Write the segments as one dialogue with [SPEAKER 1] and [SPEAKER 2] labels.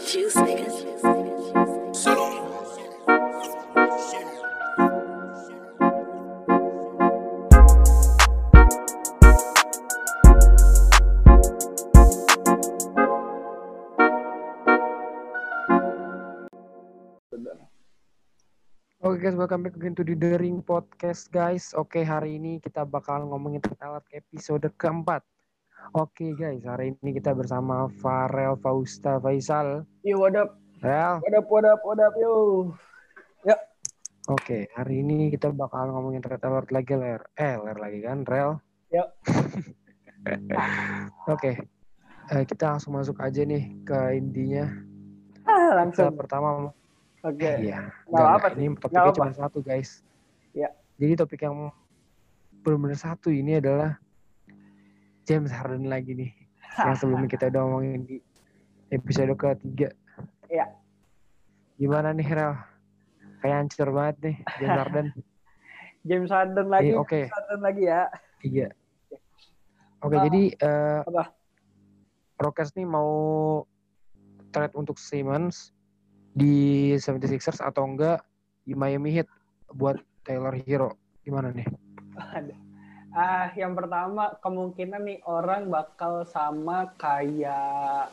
[SPEAKER 1] juice, nigga.
[SPEAKER 2] Oke guys, welcome back again to the Ring Podcast guys. Oke, hari ini kita bakal ngomongin tertalat episode keempat. Oke guys, hari ini kita bersama Farel Fausta Faisal.
[SPEAKER 3] Yo, what up?
[SPEAKER 2] Rel.
[SPEAKER 3] What up, yo. Ya.
[SPEAKER 2] Oke, hari ini kita bakal ngomongin tertalat lagi, Ler lagi kan, Rel?
[SPEAKER 3] Ya.
[SPEAKER 2] Oke, kita langsung masuk aja nih ke intinya.
[SPEAKER 3] Langsung.
[SPEAKER 2] Kita pertama.
[SPEAKER 3] Oke.
[SPEAKER 2] Iya.
[SPEAKER 3] Enggak.
[SPEAKER 2] Ini topiknya cuma satu guys.
[SPEAKER 3] Ya.
[SPEAKER 2] Jadi topik yang benar-benar satu ini adalah James Harden lagi nih. Yang sebelumnya kita udah ngomongin di episode ketiga.
[SPEAKER 3] Iya.
[SPEAKER 2] Gimana nih, Rel? Kayak hancur banget nih James Harden.
[SPEAKER 3] James Harden lagi.
[SPEAKER 2] Oke.
[SPEAKER 3] Harden lagi ya.
[SPEAKER 2] Iya. Oke, jadi
[SPEAKER 3] apa?
[SPEAKER 2] Rockets nih mau trade untuk Simmons di 76ers atau enggak di Miami Heat buat Tyler Hero. Gimana nih?
[SPEAKER 3] Yang pertama kemungkinan nih orang bakal sama kayak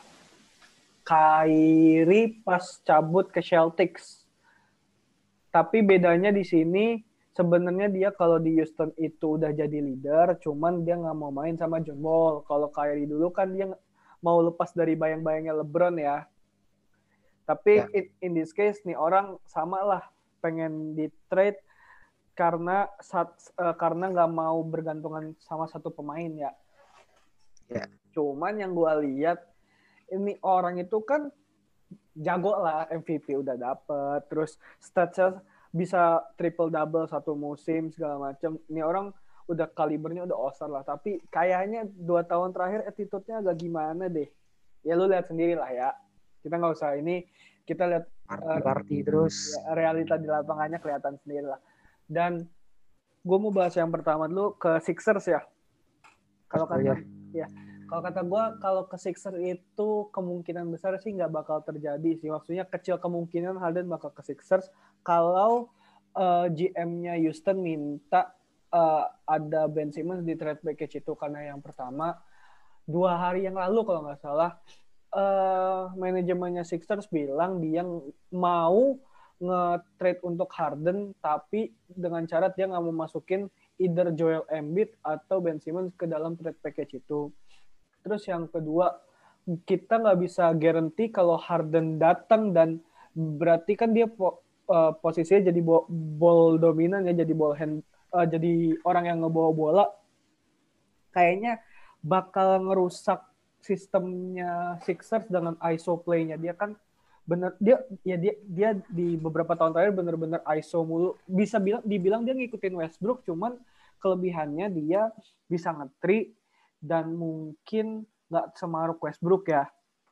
[SPEAKER 3] Kyrie pas cabut ke Celtics. Tapi bedanya di sini sebenarnya dia kalau di Houston itu udah jadi leader, cuman dia nggak mau main sama John Wall. Kalau Kyrie dulu kan dia mau lepas dari bayang-bayangnya LeBron ya. Tapi in this case nih orang sama lah pengen di trade karena nggak mau bergantungan sama satu pemain ya. Cuman yang gue lihat ini orang itu kan jago lah, MVP udah dapet, terus statsnya bisa triple double satu musim segala macam. Ini orang udah kalibernya udah all-star lah, tapi kayaknya 2 tahun terakhir attitude-nya agak gimana deh. Ya lu lihat sendiri lah ya. Kita nggak usah ini, kita lihat
[SPEAKER 2] party terus
[SPEAKER 3] realita di lapangannya kelihatan sendiri lah. Dan gue mau bahas yang pertama dulu ke Sixers ya. Kalau kata gue, kalau ke Sixers itu kemungkinan besar sih nggak bakal terjadi sih. Maksudnya kecil kemungkinan Harden bakal ke Sixers kalau GM-nya Houston minta ada Ben Simmons di trade package itu. Karena yang pertama 2 hari yang lalu kalau nggak salah manajemennya Sixers bilang dia mau nge-trade untuk Harden tapi dengan syarat dia nggak mau masukin either Joel Embiid atau Ben Simmons ke dalam trade package itu. Terus yang kedua, kita nggak bisa guarantee kalau Harden datang dan berarti kan dia posisinya jadi ball dominan ya, jadi ball hand, jadi orang yang ngebawa bola. Kayaknya bakal ngerusak sistemnya Sixers dengan ISO play-nya. Dia kan bener dia di beberapa tahun terakhir bener-bener ISO mulu. Bisa dibilang dia ngikutin Westbrook, cuman kelebihannya dia bisa nge-three dan mungkin nggak semaruk Westbrook ya.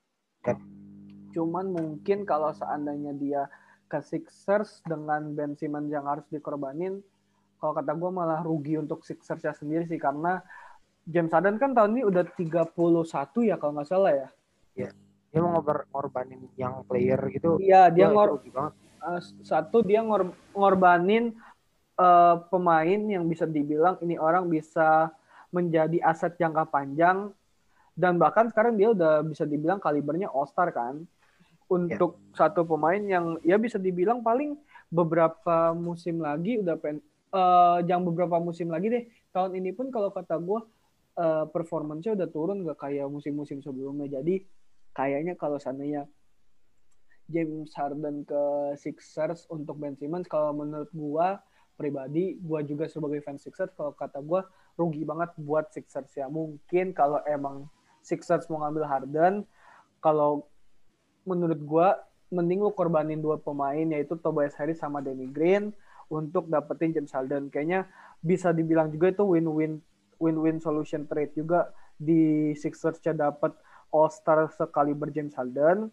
[SPEAKER 3] Cuman mungkin kalau seandainya dia ke Sixers dengan Ben Simmons yang harus dikorbanin, kalau kata gue malah rugi untuk Sixers-nya sendiri sih, karena James Harden kan tahun ini udah 31 ya kalau nggak salah ya.
[SPEAKER 2] Iya. Dia mau ngorbanin yang player gitu.
[SPEAKER 3] Iya, dia
[SPEAKER 2] rugi banget.
[SPEAKER 3] Satu dia ngorbanin pemain yang bisa dibilang ini orang bisa menjadi aset jangka panjang, dan bahkan sekarang dia udah bisa dibilang kalibernya all-star kan. Untuk satu pemain yang ya bisa dibilang paling beberapa musim lagi jangan beberapa musim lagi deh. Tahun ini pun kalau kata gue performance-nya udah turun gak kayak musim-musim sebelumnya. Jadi kayaknya kalau seandainya James Harden ke Sixers untuk Ben Simmons, kalau menurut gue pribadi, gue juga sebagai fans Sixers, kalau kata gue rugi banget buat Sixers ya. Mungkin kalau emang Sixers mau ngambil Harden, kalau menurut gue mending lu korbanin 2 pemain, yaitu Tobias Harris sama Danny Green untuk dapetin James Harden. Kayaknya bisa dibilang juga itu win-win solution trade juga. Di Sixers-nya dapat all-star sekaliber James Harden,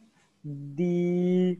[SPEAKER 3] di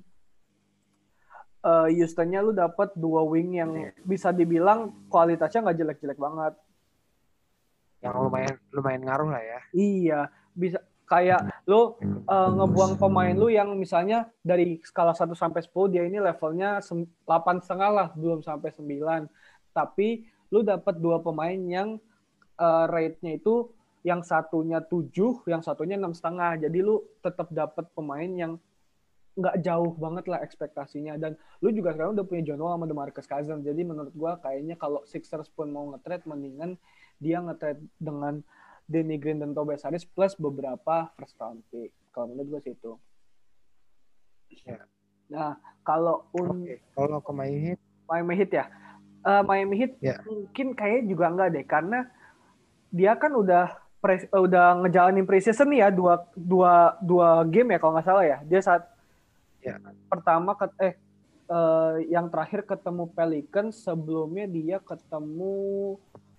[SPEAKER 3] Houston-nya lu dapat 2 wing yang bisa dibilang kualitasnya nggak jelek-jelek banget.
[SPEAKER 2] Yang lumayan ngaruh lah ya.
[SPEAKER 3] Iya, bisa Kayak lu ngebuang pemain lu yang misalnya dari skala 1 sampai 10 dia ini levelnya 8,5 lah, belum sampai 9. Tapi lu dapat 2 pemain yang rate-nya itu yang satunya 7, yang satunya 6,5. Jadi lu tetap dapat pemain yang nggak jauh banget lah ekspektasinya. Dan lu juga sekarang udah punya John Wall sama DeMarcus Cousins. Jadi menurut gua kayaknya kalau Sixers pun mau nge-trade, mendingan dia nge-trade dengan Danny Green dan Tobias Harris plus beberapa first round pick. Kalau menurut gue sih itu.
[SPEAKER 2] Ya.
[SPEAKER 3] Nah, kalau
[SPEAKER 2] kalau ke
[SPEAKER 3] Miami Heat ya. Miami Heat mungkin kayaknya juga enggak deh, karena dia kan udah ngejalanin preseason nih ya, dua game ya kalau nggak salah ya. Dia saat pertama yang terakhir ketemu Pelicans, sebelumnya dia ketemu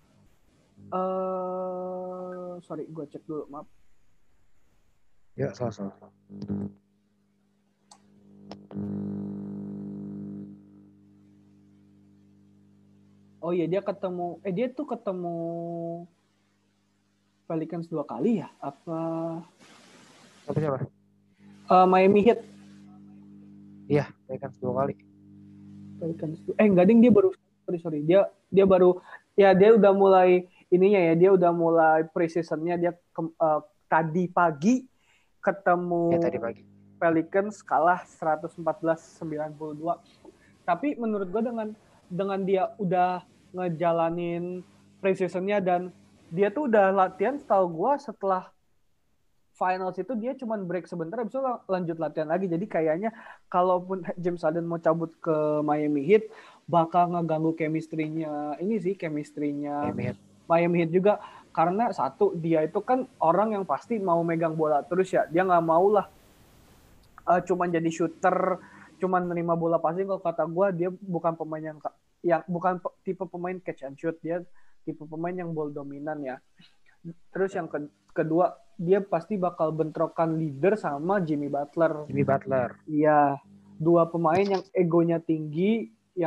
[SPEAKER 3] sorry, gue cek dulu, maaf.
[SPEAKER 2] Ya, salah.
[SPEAKER 3] Oh iya, dia tuh ketemu Pelicans 2 kali ya? Apa?
[SPEAKER 2] Siapa?
[SPEAKER 3] Miami Heat.
[SPEAKER 2] Iya, Pelicans 2 kali.
[SPEAKER 3] Enggak ding, dia baru sorry. Dia baru ya, dia udah mulai ininya ya, dia udah mulai preseasonnya dia tadi pagi ketemu Pelicans kalah 114-92. Tapi menurut gue dengan dia udah ngejalanin preseasonnya dan dia tuh udah latihan, setahu gue setelah finals itu dia cuma break sebentar, habis itu lanjut latihan lagi. Jadi kayaknya kalaupun James Harden mau cabut ke Miami Heat, bakal ngeganggu chemistry-nya Miami Heat juga. Karena satu, dia itu kan orang yang pasti mau megang bola terus ya. Dia nggak mau lah cuman jadi shooter, cuman nerima bola passing. Kalau kata gue, dia bukan pemain yang bukan tipe pemain catch and shoot. Dia tipe pemain yang ball dominan ya. Terus yang kedua, dia pasti bakal bentrokan leader sama Jimmy Butler. Iya, dua pemain yang egonya tinggi,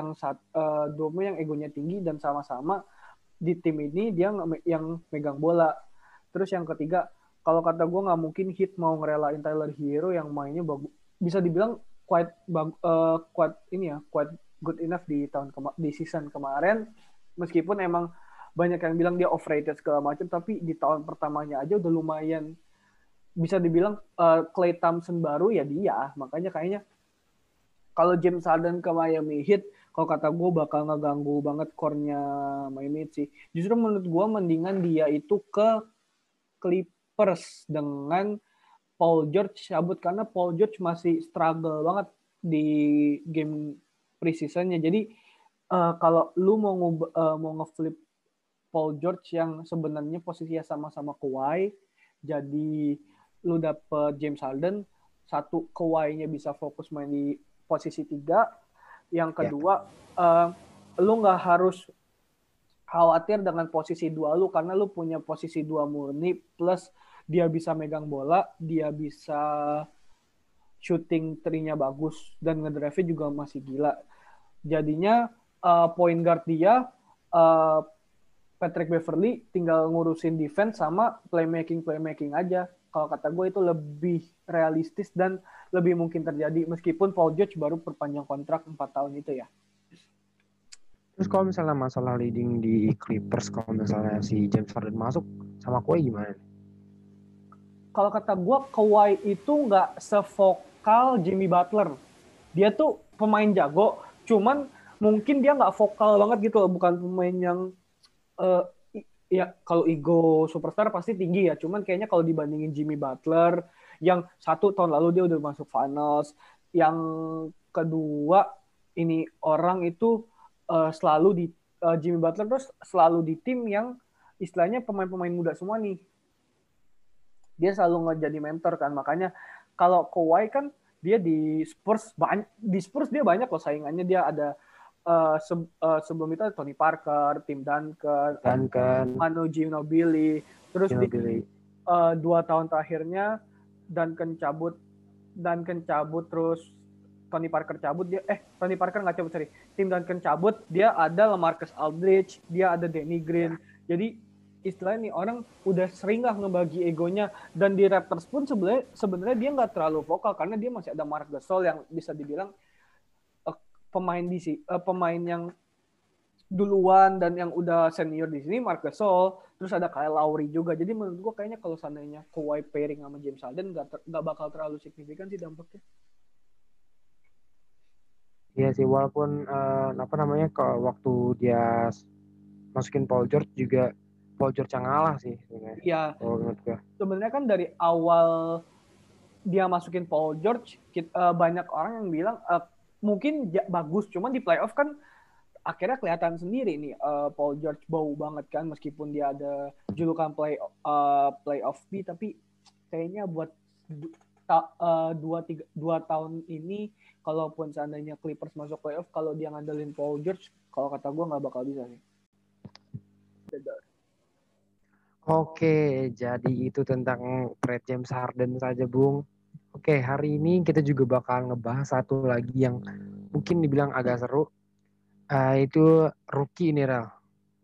[SPEAKER 3] dan sama-sama di tim ini dia yang megang bola. Terus yang ketiga, kalau kata gue nggak mungkin Heat mau ngerelain Tyler Hero yang mainnya bisa dibilang quite good enough di season kemarin, meskipun emang banyak yang bilang dia overrated segala macam, tapi di tahun pertamanya aja udah lumayan bisa dibilang Klay Thompson baru ya dia. Makanya kayaknya kalau James Harden ke Miami Heat, kalau kata gue bakal ngeganggu banget core-nya Miami Heat sih. Justru menurut gue mendingan dia itu ke Clippers dengan Paul George cabut, karena Paul George masih struggle banget di game preseasonnya. Jadi kalau lu mau nge-flip Paul George yang sebenarnya posisinya sama-sama Kawhi, jadi lu dapet James Harden, satu Kawhi-nya bisa fokus main di posisi 3, yang kedua lu nggak harus khawatir dengan posisi 2 lu, karena lu punya posisi 2 murni, plus dia bisa megang bola, dia bisa shooting 3-nya bagus, dan ngedrive-nya juga masih gila. Jadinya point guard dia Patrick Beverley tinggal ngurusin defense sama playmaking aja. Kalau kata gue itu lebih realistis dan lebih mungkin terjadi, meskipun Paul George baru perpanjang kontrak 4 tahun itu ya.
[SPEAKER 2] Terus kalau misalnya masalah leading di Clippers, kalau misalnya si James Harden masuk sama Kawhi gimana?
[SPEAKER 3] Kalau kata gue, Kawhi itu nggak sevokal Jimmy Butler. Dia tuh pemain jago, cuman mungkin dia nggak vokal banget gitu loh. Bukan pemain yang ya kalau ego superstar pasti tinggi ya, cuman kayaknya kalau dibandingin Jimmy Butler yang 1 tahun lalu dia udah masuk finals, yang kedua ini orang itu selalu di Jimmy Butler terus selalu di tim yang istilahnya pemain-pemain muda semua nih, dia selalu ngejadi mentor kan. Makanya kalau Kawhi kan dia di Spurs dia banyak loh saingannya. Dia ada sebelum itu Tony Parker, Tim Duncan, Manu Ginobili, terus di 2 tahun terakhirnya Duncan cabut, terus Tony Parker cabut, Tony Parker nggak cabut, Tim Duncan cabut, dia ada LaMarcus Aldridge, dia ada Danny Green. Jadi istilahnya nih orang udah sering lah ngebagi egonya, dan di Raptors pun sebenarnya dia nggak terlalu vokal karena dia masih ada Marc Gasol yang bisa dibilang pemain yang duluan dan yang udah senior di sini, Marc Gasol, terus ada Kyle Lowry juga. Jadi menurut gue kayaknya kalau seandainya Kawhi pairing sama James Harden nggak bakal terlalu signifikan sih dampaknya.
[SPEAKER 2] Iya sih, walaupun waktu dia masukin Paul George juga Paul George yang ngalah sih sebenarnya.
[SPEAKER 3] Iya.
[SPEAKER 2] Kalau menurut gue.
[SPEAKER 3] Sebenarnya kan dari awal dia masukin Paul George, banyak orang yang bilang mungkin bagus, cuman di playoff kan akhirnya kelihatan sendiri nih Paul George bau banget kan, meskipun dia ada julukan playoff B, tapi kayaknya buat 2 tahun ini, kalaupun seandainya Clippers masuk playoff, kalau dia ngandelin Paul George, kalau kata gue nggak bakal bisa sih.
[SPEAKER 2] Oke, jadi itu tentang trade James Harden saja, Bung. Oke, hari ini kita juga bakal ngebahas satu lagi yang mungkin dibilang agak seru. Itu rookie nih, Rel.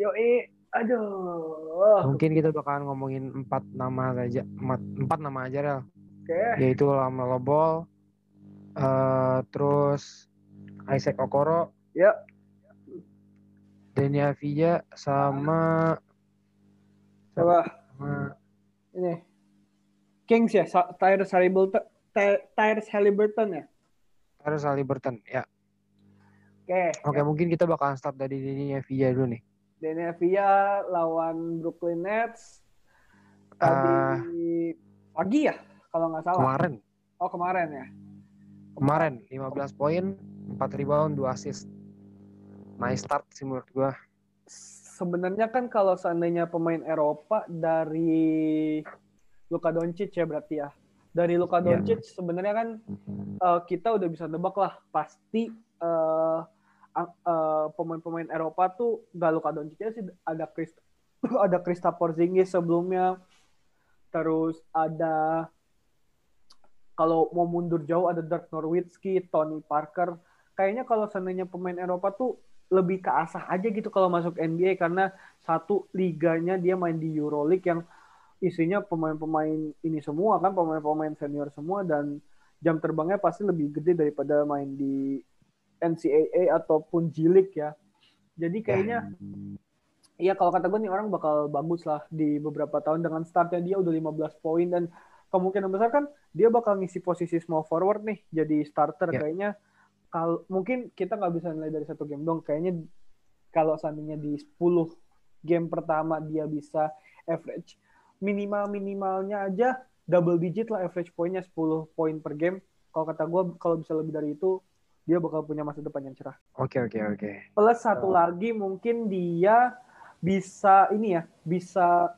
[SPEAKER 3] Aduh.
[SPEAKER 2] Mungkin kita bakal ngomongin 4 nama saja, 4 nama aja, Rel.
[SPEAKER 3] Oke.
[SPEAKER 2] Yaitu LaMelo Ball, terus Isaac Okoro,
[SPEAKER 3] Ya.
[SPEAKER 2] Deni Avdija, sama
[SPEAKER 3] ini Kings ya, Tyrese Haliburton ya.
[SPEAKER 2] Tyrese Haliburton, ya. Oke,
[SPEAKER 3] Ya.
[SPEAKER 2] mungkin kita bakal start dari Deni Avdija dulu nih.
[SPEAKER 3] Deni Avdija lawan Brooklyn Nets tadi pagi ya, kalau nggak salah.
[SPEAKER 2] Kemarin.
[SPEAKER 3] Oh, kemarin ya.
[SPEAKER 2] Kemarin 15 poin, 4 rebound, 2 assist. Nice start sih menurut gua.
[SPEAKER 3] Sebenarnya kan kalau seandainya pemain Eropa dari Luka Doncic ya berarti ya. Dari Luka Doncic sebenarnya kan kita udah bisa nebak lah pasti pemain-pemain Eropa tuh gak Luka Doncic sih, ada Kristaps Porzingis sebelumnya, terus ada kalau mau mundur jauh ada Dirk Nowitzki, Tony Parker. Kayaknya kalau seandainya pemain Eropa tuh lebih ke asah aja gitu kalau masuk NBA, karena satu liganya dia main di Euroleague yang isinya pemain-pemain ini semua kan, pemain-pemain senior semua, dan jam terbangnya pasti lebih gede daripada main di NCAA ataupun G League ya. Jadi kayaknya ya kalau kata gue nih orang bakal bagus lah di beberapa tahun. Dengan startnya dia udah 15 poin dan kemungkinan besar kan dia bakal ngisi posisi small forward nih jadi starter. Kayaknya kalau mungkin kita nggak bisa nilai dari satu game dong. Kayaknya kalau seandainya di 10 game pertama dia bisa average minimalnya aja double digit lah average poinnya, 10 poin per game. Kalau kata gue kalau bisa lebih dari itu dia bakal punya masa depan yang cerah.
[SPEAKER 2] Oke.
[SPEAKER 3] Plus satu lagi mungkin dia bisa ini ya, bisa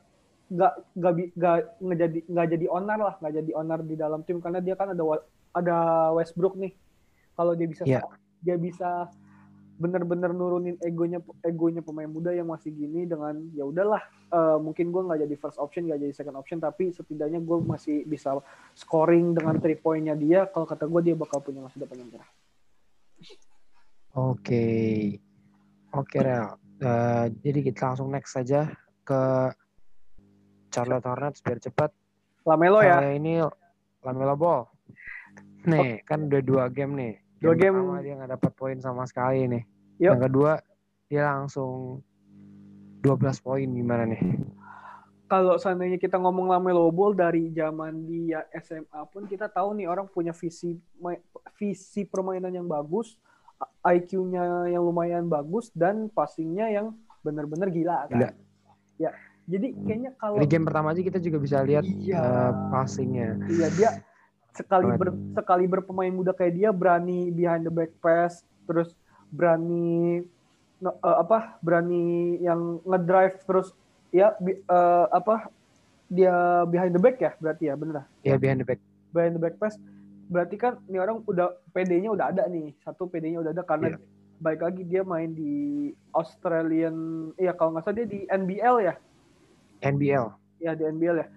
[SPEAKER 3] nggak jadi owner di dalam tim, karena dia kan ada Westbrook nih. Kalau dia bisa dia bisa benar-benar nurunin egonya pemain muda yang masih gini dengan ya udahlah, mungkin gue nggak jadi first option, nggak jadi second option, tapi setidaknya gue masih bisa scoring dengan 3 poinnya dia. Kalau kata gue dia bakal punya masa depan yang cerah.
[SPEAKER 2] Oke, Rel. Jadi kita langsung next saja ke Charlotte Hornets biar cepat.
[SPEAKER 3] LaMelo ya.
[SPEAKER 2] Ini LaMelo Ball. Nih, kan udah 2 game nih.
[SPEAKER 3] Game
[SPEAKER 2] pertama dia nggak dapat poin sama sekali nih.
[SPEAKER 3] Yuk.
[SPEAKER 2] Yang kedua dia langsung 12 poin, gimana nih?
[SPEAKER 3] Kalau seandainya kita ngomong LaMelo Ball dari zaman dia SMA pun kita tahu nih orang punya visi permainan yang bagus, IQ-nya yang lumayan bagus, dan passing-nya yang benar-benar gila kan. Ya, jadi kayaknya kalau
[SPEAKER 2] di game pertama aja kita juga bisa lihat passing-nya.
[SPEAKER 3] Iya, dia sekali berpemain muda kayak dia berani behind the back pass, terus berani yang ngedrive, terus ya dia behind the back ya berarti ya, bener?
[SPEAKER 2] Iya, behind the back
[SPEAKER 3] pass. Berarti kan ini orang udah PD-nya udah ada nih. Satu PD-nya udah ada karena baik lagi dia main di Australian, iya kalau nggak salah dia di NBL ya. Ya di NBL ya.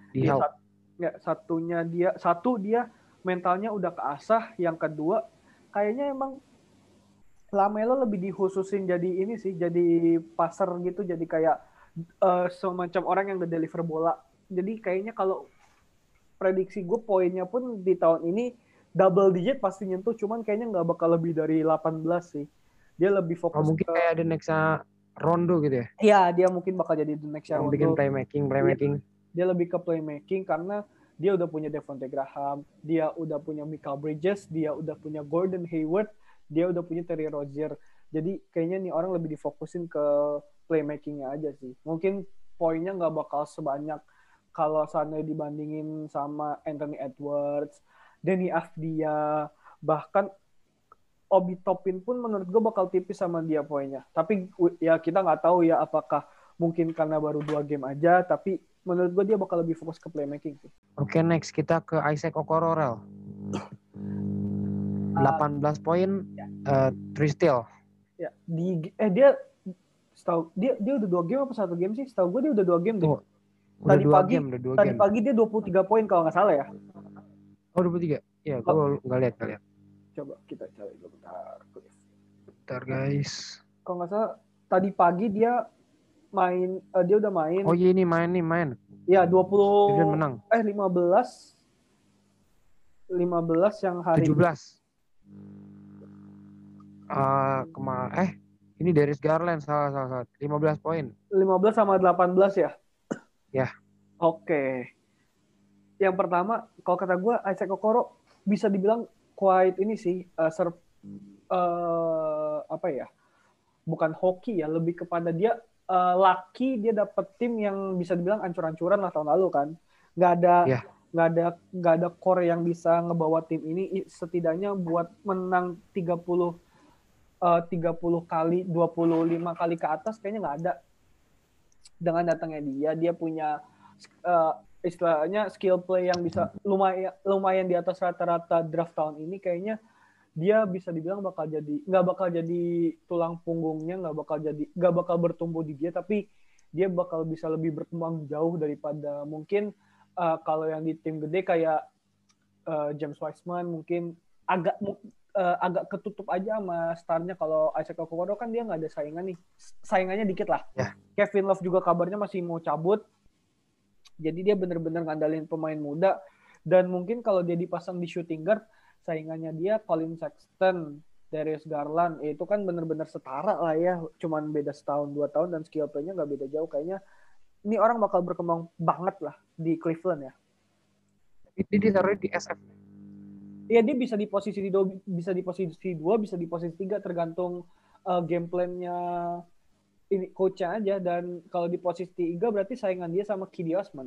[SPEAKER 3] Satu dia mentalnya udah keasah. Yang kedua kayaknya emang LaMelo lebih dikhususin jadi ini sih, jadi passer gitu, jadi kayak semacam orang yang nge-deliver bola. Jadi kayaknya kalau prediksi gue poinnya pun di tahun ini double digit pasti nyentuh, cuman kayaknya nggak bakal lebih dari 18 sih. Dia lebih
[SPEAKER 2] Oh
[SPEAKER 3] fokus
[SPEAKER 2] mungkin
[SPEAKER 3] ke,
[SPEAKER 2] kayak the next Rondo gitu ya,
[SPEAKER 3] ya dia mungkin bakal jadi the next
[SPEAKER 2] yang bikin
[SPEAKER 3] Rondo.
[SPEAKER 2] playmaking.
[SPEAKER 3] Dia lebih ke playmaking karena dia udah punya Devonte Graham, dia udah punya Michael Bridges, dia udah punya Gordon Hayward, dia udah punya Terry Rozier. Jadi kayaknya nih orang lebih difokusin ke playmakingnya aja sih. Mungkin poinnya nggak bakal sebanyak kalau seandainya dibandingin sama Anthony Edwards, Denny Avdia, bahkan Obi Toppin pun menurut gue bakal tipis sama dia poinnya. Tapi ya kita nggak tahu ya apakah mungkin karena baru 2 game aja, tapi menurut gue dia bakal lebih fokus ke playmaking sih.
[SPEAKER 2] Oke, next kita ke Isaac Okoro, Rel. 18 poin, 3 steal.
[SPEAKER 3] Ya, dia setahu dia udah 2 game apa 1 game sih? Setahu gue dia udah 2 game deh.
[SPEAKER 2] Oh, udah
[SPEAKER 3] Tadi
[SPEAKER 2] 2
[SPEAKER 3] tadi
[SPEAKER 2] game.
[SPEAKER 3] pagi dia 23 poin kalau nggak salah ya.
[SPEAKER 2] Oh, 23. Ya, gue nggak lihat.
[SPEAKER 3] Coba kita cari dulu
[SPEAKER 2] Bentar, guys.
[SPEAKER 3] Kalau nggak salah tadi pagi dia main, dia udah main.
[SPEAKER 2] Oh iya, ini main.
[SPEAKER 3] Ya, 20
[SPEAKER 2] Cleveland menang.
[SPEAKER 3] 15 yang hari
[SPEAKER 2] 17. Ini Darius Garland salah. 15 poin.
[SPEAKER 3] 15 sama 18 ya?
[SPEAKER 2] Ya.
[SPEAKER 3] Oke. Yang pertama, kalau kata gue, Isaac Okoro bisa dibilang quite ini sih, apa ya? Bukan hoki ya, lebih kepada dia lucky dia dapet tim yang bisa dibilang ancur-ancuran lah tahun lalu kan. Nggak ada core yang bisa ngebawa tim ini setidaknya buat menang 30 kali, 25 kali ke atas kayaknya nggak ada. Dengan datangnya dia punya istilahnya skill play yang bisa lumayan di atas rata-rata draft tahun ini. Kayaknya dia bisa dibilang nggak bakal jadi tulang punggungnya, nggak bakal bertumbuh di dia, tapi dia bakal bisa lebih berkembang jauh daripada mungkin kalau yang di tim gede kayak James Wiseman mungkin agak ketutup aja sama starnya. Kalau Isaac Okoro kan dia nggak ada saingannya dikit lah.
[SPEAKER 2] Yeah.
[SPEAKER 3] Kevin Love juga kabarnya masih mau cabut, jadi dia benar-benar ngandalin pemain muda. Dan mungkin kalau dia dipasang di shooting guard, saingannya dia Colin Sexton, Darius Garland, itu kan benar-benar setara lah ya, cuman beda setahun 2 tahun dan skill play-nya nggak beda jauh. Kayaknya ini orang bakal berkembang banget lah di Cleveland ya.
[SPEAKER 2] Ini ditaruh di SF.
[SPEAKER 3] Iya, dia bisa di posisi 2, bisa di posisi 2, bisa di posisi 3 tergantung game plan-nya ini coach-nya aja. Dan kalau di posisi 3 berarti saingan dia sama Kidi Osman.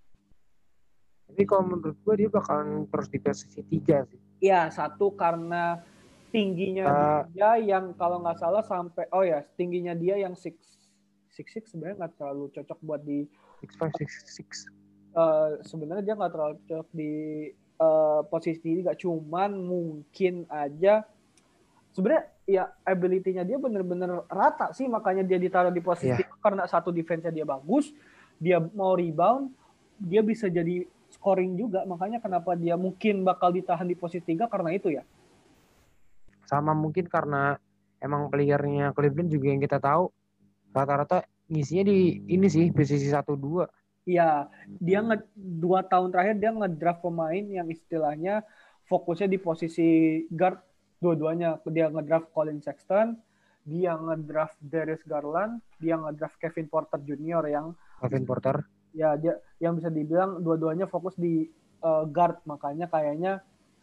[SPEAKER 2] Tapi kalau menurut gue dia bakalan terus di posisi 3 sih.
[SPEAKER 3] Iya, satu karena tingginya dia yang kalau nggak salah sampai tingginya dia yang 6'6" sebenarnya nggak terlalu cocok buat di
[SPEAKER 2] 6'5", 6'6".
[SPEAKER 3] Sebenarnya dia nggak terlalu cocok di posisi 3, cuman mungkin aja sebenarnya ya ability-nya dia bener-bener rata sih, makanya dia ditaruh di posisi 3 karena satu defense-nya dia bagus, dia mau rebound, dia bisa jadi scoring juga, makanya kenapa dia mungkin bakal ditahan di posisi 3 karena itu ya.
[SPEAKER 2] Sama mungkin karena emang playernya Cleveland juga yang kita tahu rata-rata ngisinya di ini sih posisi 1-2.
[SPEAKER 3] Iya, dia 2 tahun terakhir dia ngedraft pemain yang istilahnya fokusnya di posisi guard dua-duanya. Dia ngedraft Colin Sexton, dia ngedraft Darius Garland, dia ngedraft Kevin Porter Jr.
[SPEAKER 2] Kevin Porter.
[SPEAKER 3] Ya, dia yang bisa dibilang dua-duanya fokus di guard, makanya kayaknya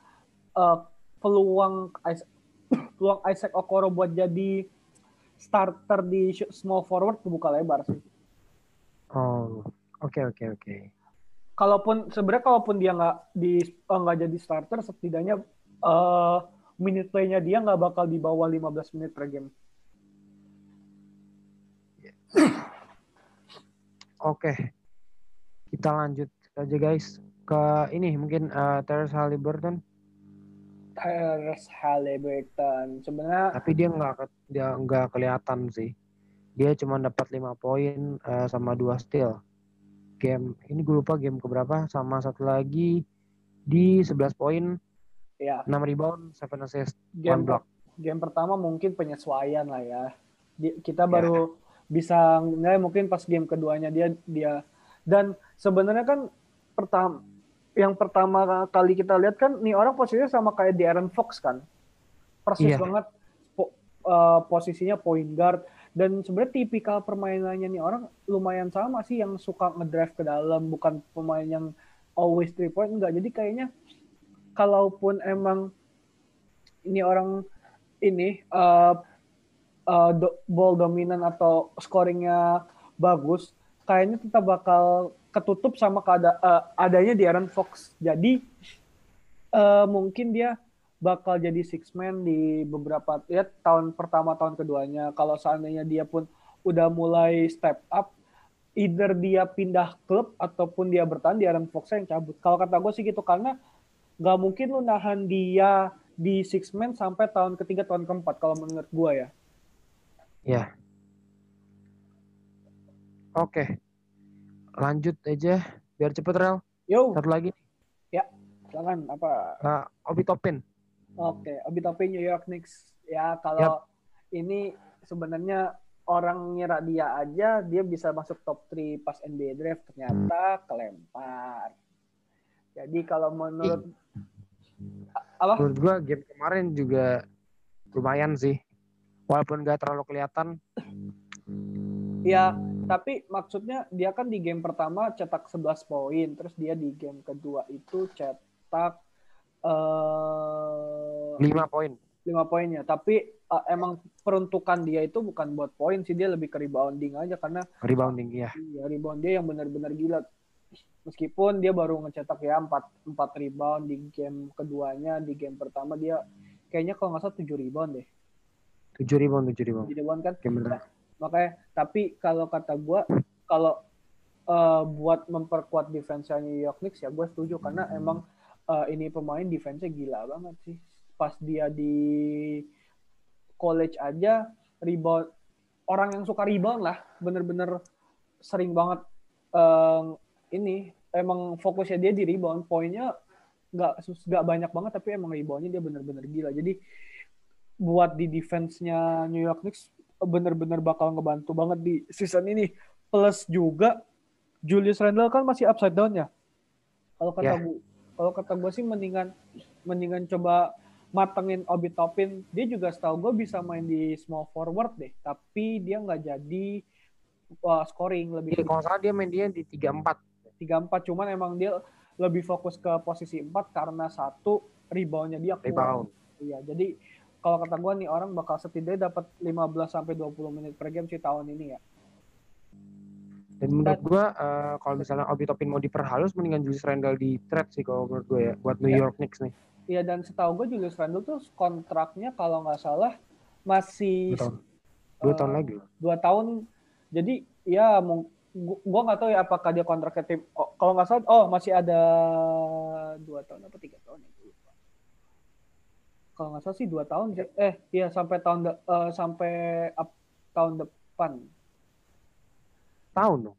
[SPEAKER 3] peluang Isaac Okoro buat jadi starter di small forward kebuka lebar sih.
[SPEAKER 2] Oh, oke.
[SPEAKER 3] Kalaupun dia nggak jadi starter, setidaknya minute play-nya dia nggak bakal di bawah 15 menit per game.
[SPEAKER 2] Oke. Kita lanjut saja guys ke ini mungkin Tyrese Haliburton.
[SPEAKER 3] Sebenarnya
[SPEAKER 2] tapi dia nggak kelihatan sih. Dia cuma dapat 5 poin sama 2 steal. Game ini gue lupa game keberapa, sama satu lagi di 11 poin.
[SPEAKER 3] Ya.
[SPEAKER 2] 6 rebound, 7 assist, 1
[SPEAKER 3] game
[SPEAKER 2] block.
[SPEAKER 3] Game pertama mungkin penyesuaian lah ya. Kita baru bisa nggak mungkin pas game keduanya dia dan sebenarnya kan pertama kali kita lihat kan nih orang posisinya sama kayak De'Aaron Fox kan, persis
[SPEAKER 2] Iya.
[SPEAKER 3] banget posisinya point guard dan sebenarnya tipikal permainannya nih orang lumayan sama sih, yang suka ngedrive ke dalam, bukan pemain yang always 3 point, enggak. Jadi kayaknya kalaupun emang ini orang ini ball dominan atau scoringnya bagus, kayaknya tetap bakal ketutup sama adanya di Aaron Fox. Jadi mungkin dia bakal jadi six man di beberapa ya tahun pertama tahun keduanya. Kalau seandainya dia pun udah mulai step up, either dia pindah klub ataupun dia bertahan, di Aaron Fox yang cabut. Kalau kata gue sih gitu, karena nggak mungkin lu nahan dia di six man sampai tahun ketiga tahun keempat kalau menurut gue ya.
[SPEAKER 2] Ya. Oke. Lanjut aja biar cepet Rel.
[SPEAKER 3] Yo.
[SPEAKER 2] Satu lagi.
[SPEAKER 3] Ya, silakan apa?
[SPEAKER 2] Obi Toppin.
[SPEAKER 3] Oke, Obi Toppin New York Knicks. Ya, kalau ini sebenarnya orang ngira dia aja dia bisa masuk top 3 pas NBA draft, ternyata kelempar. Jadi kalau menurut
[SPEAKER 2] Menurut gue game kemarin juga lumayan sih. Walaupun gak terlalu kelihatan.
[SPEAKER 3] Ya, tapi maksudnya dia kan di game pertama cetak 11 poin, terus dia di game kedua itu cetak
[SPEAKER 2] 5 poin.
[SPEAKER 3] 5 poinnya. Tapi emang peruntukan dia itu bukan buat poin sih, dia lebih ke rebounding aja, karena
[SPEAKER 2] rebounding ya.
[SPEAKER 3] Iya, rebound dia yang benar-benar gila. Meskipun dia baru ngecetak ya 4 rebound di game keduanya, di game pertama dia kayaknya kalau nggak salah 7 rebound deh.
[SPEAKER 2] 7 rebound
[SPEAKER 3] kan.
[SPEAKER 2] Nah,
[SPEAKER 3] makanya tapi kalau kata gue, kalau buat memperkuat defense-nya New York Knicks ya gue setuju, karena emang ini pemain defense-nya gila banget sih. Pas dia di college aja rebound, orang yang suka rebound lah, bener-bener sering banget ini emang fokusnya dia di rebound, poinnya nggak banyak banget, tapi emang reboundnya dia bener-bener gila. Jadi buat di defense-nya New York Knicks bener-bener bakal ngebantu banget di season ini. Plus juga Julius Randle kan masih upside down-nya. Kalau kata gue sih mendingan coba matengin Obi Toppin. Dia juga setahu gue bisa main di small forward deh, tapi dia nggak jadi scoring. Lebih
[SPEAKER 2] kalau salah dia main di 3-4.
[SPEAKER 3] Cuman emang dia lebih fokus ke posisi 4 karena satu rebound-nya dia kurang. Iya, jadi kalau kata gue nih orang bakal setidaknya dapat 15-20 menit per game sih tahun ini ya.
[SPEAKER 2] Dan menurut gue kalau misalnya Obi Toppin mau diperhalus, mendingan Julius Randle di trade sih kalau menurut gue ya, buat New York Knicks nih.
[SPEAKER 3] Iya, dan setahu gue Julius Randle tuh kontraknya kalau nggak salah masih
[SPEAKER 2] 2 tahun lagi.
[SPEAKER 3] 2 tahun. Jadi ya gue nggak tahu ya apakah dia kontraknya tim. Kalau nggak salah, masih ada 2 tahun apa 3 tahun ya. Kalau nggak salah sih 2 tahun. Iya sampai tahun depan.
[SPEAKER 2] Tahun dong?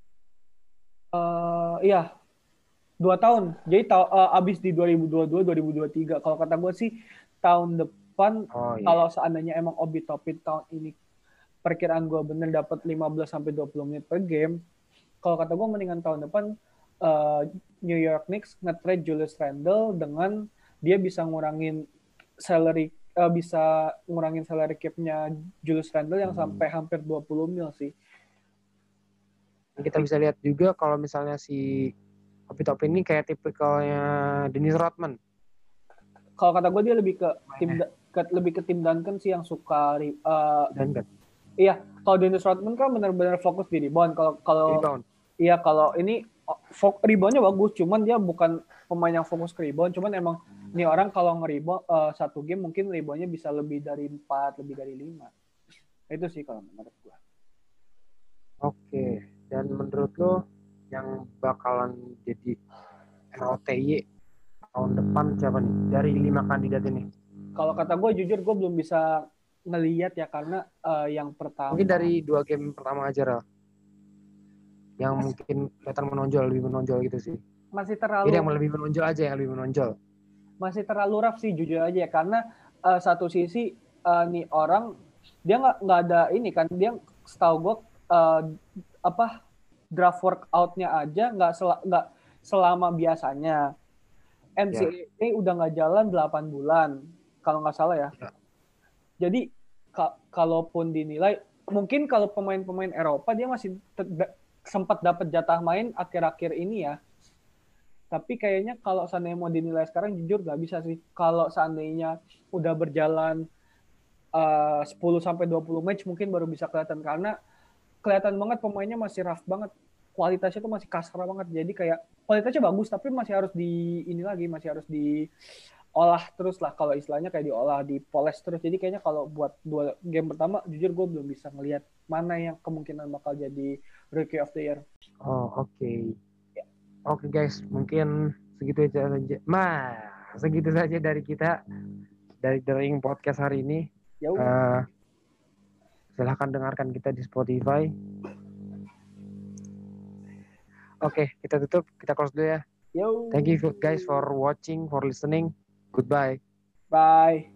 [SPEAKER 3] Iya, 2 tahun. Jadi abis di 2022-2023. Kalau kata gue sih tahun depan, kalau seandainya emang Obi Toppin tahun ini perkiraan gue bener dapat 15-20 menit per game, kalau kata gue mendingan tahun depan New York Knicks nge-trade Julius Randle dengan dia bisa ngurangin salary cap-nya Julius Randle yang sampai hampir 20 mil sih.
[SPEAKER 2] Kita bisa lihat juga kalau misalnya si Obi Toppin ini kayak tipikalnya Dennis Rodman.
[SPEAKER 3] Kalau kata gue dia lebih ke tim Duncan sih yang suka
[SPEAKER 2] Duncan.
[SPEAKER 3] Iya, kalau Dennis Rodman kan benar-benar fokus di rebound. Kalau ini reboundnya bagus, cuman dia bukan pemain yang fokus ke rebound. Cuman emang ini orang kalau nge-rebound satu game mungkin reboundnya bisa lebih dari 4, lebih dari 5. Itu sih kalau menurut gue.
[SPEAKER 2] Oke. Dan menurut lo yang bakalan jadi ROTY tahun depan siapa nih dari 5 kandidat ini?
[SPEAKER 3] Kalau kata gue jujur gue belum bisa ngelihat ya, karena yang pertama
[SPEAKER 2] mungkin dari 2 game pertama aja lah yang mungkin kelihatan lebih menonjol gitu sih.
[SPEAKER 3] Masih terlalu.
[SPEAKER 2] Jadi yang lebih menonjol.
[SPEAKER 3] Masih terlalu rough sih jujur aja, karena satu sisi nih orang dia nggak ada ini kan, dia setahu gue apa draft workoutnya aja nggak selama biasanya. NCAA udah nggak jalan 8 bulan kalau nggak salah ya. Jadi kalaupun dinilai mungkin kalau pemain-pemain Eropa dia masih sempat dapat jatah main akhir-akhir ini ya. Tapi kayaknya kalau seandainya mau dinilai sekarang jujur nggak bisa sih. Kalau seandainya udah berjalan 10 sampai 20 match mungkin baru bisa kelihatan karena kelihatan banget pemainnya masih rough banget. Kualitasnya tuh masih kasar banget. Jadi kayak kualitasnya bagus tapi masih harus masih harus diolah terus lah kalau istilahnya kayak diolah, dipoles terus. Jadi kayaknya kalau buat 2 game pertama jujur gue belum bisa ngelihat mana yang kemungkinan bakal jadi Rookie of the Year.
[SPEAKER 2] Oh, oke. Oke guys, mungkin segitu aja. Segitu saja dari kita dari The Ring Podcast hari ini. Silahkan dengarkan kita di Spotify. Oke, kita tutup, kita close dulu ya. Thank you guys for watching, for listening. Goodbye.
[SPEAKER 3] Bye.